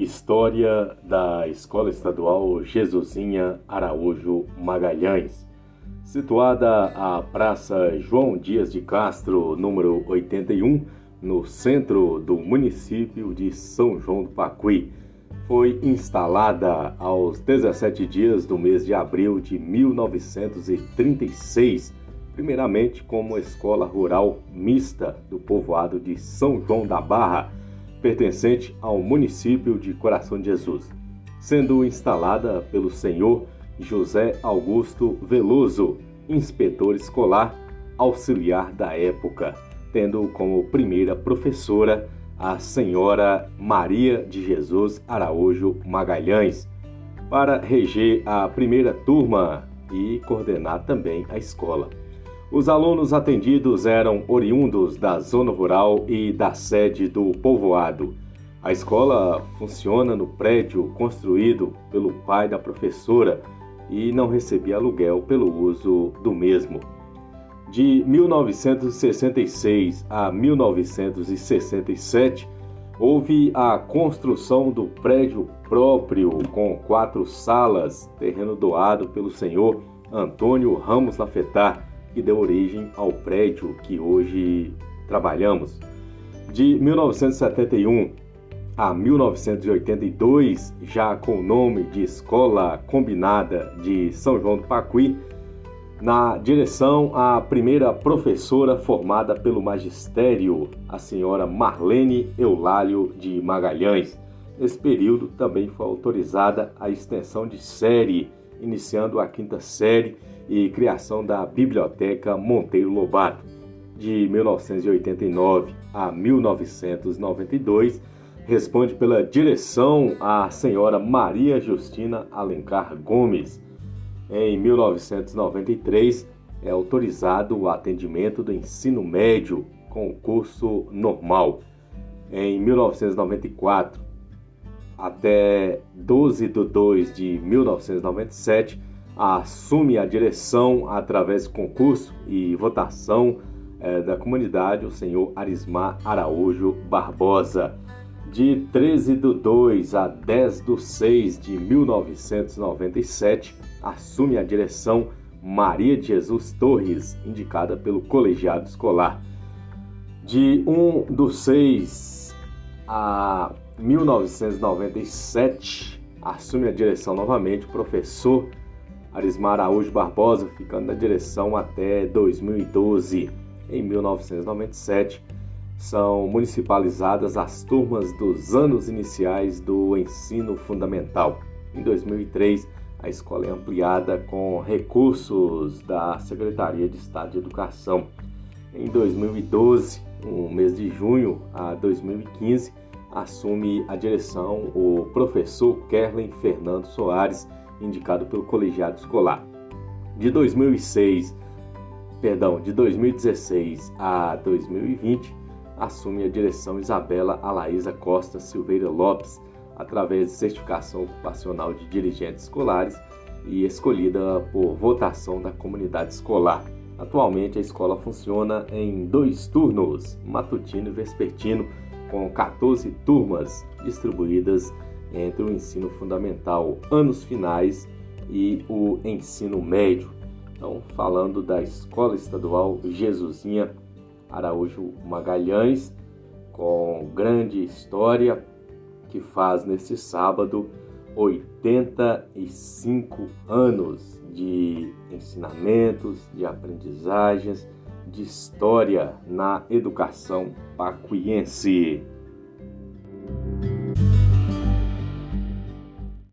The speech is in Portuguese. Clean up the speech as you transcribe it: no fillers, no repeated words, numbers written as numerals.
História da Escola Estadual Jesusinha Araújo Magalhães, situada à Praça João Dias de Castro, número 81, no centro do município de São João do Pacuí. Foi instalada aos 17 dias do mês de abril de 1936, primeiramente como escola rural mista do povoado de São João da Barra, pertencente ao município de Coração de Jesus, sendo instalada pelo senhor José Augusto Veloso, inspetor escolar auxiliar da época, tendo como primeira professora a senhora Maria de Jesus Araújo Magalhães, para reger a primeira turma e coordenar também a escola. Os alunos atendidos eram oriundos da zona rural e da sede do povoado. A escola funciona no prédio construído pelo pai da professora e não recebia aluguel pelo uso do mesmo. De 1966 a 1967, houve a construção do prédio próprio com 4 salas, terreno doado pelo senhor Antônio Ramos Lafetar, que deu origem ao prédio que hoje trabalhamos. De 1971 a 1982, já com o nome de Escola Combinada de São João do Pacuí, na direção a primeira professora formada pelo magistério, a senhora Marlene Eulálio de Magalhães. Nesse período também foi autorizada a extensão de série, iniciando a 5ª série e criação da Biblioteca Monteiro Lobato. De 1989 a 1992, responde pela direção a senhora Maria Justina Alencar Gomes. Em 1993, é autorizado o atendimento do ensino médio com curso normal. Em 1994, até 12/2 de 1997, assume a direção através de concurso e votação da comunidade o senhor Arismar Araújo Barbosa. De 13/2 a 10/6 de 1997, assume a direção Maria de Jesus Torres, indicada pelo colegiado escolar. De 1/6 a 1997, assume a direção novamente o professor Arismar Araújo Barbosa, ficando na direção até 2012. Em 1997, são municipalizadas as turmas dos anos iniciais do ensino fundamental. Em 2003, a escola é ampliada com recursos da Secretaria de Estado de Educação. Em 2012, no mês de junho a 2015, assume a direção o professor Kerlen Fernando Soares, indicado pelo colegiado escolar. De 2016 a 2020, assume a direção Isabela Alaísa Costa Silveira Lopes, através de certificação ocupacional de dirigentes escolares e escolhida por votação da comunidade escolar. Atualmente, a escola funciona em 2 turnos, matutino e vespertino, com 14 turmas distribuídas entre o ensino fundamental, anos finais, e o ensino médio. Então, falando da Escola Estadual Jesusinha Araújo Magalhães, com grande história, que faz neste sábado 85 anos de ensinamentos, de aprendizagens, de história na educação pacuiense.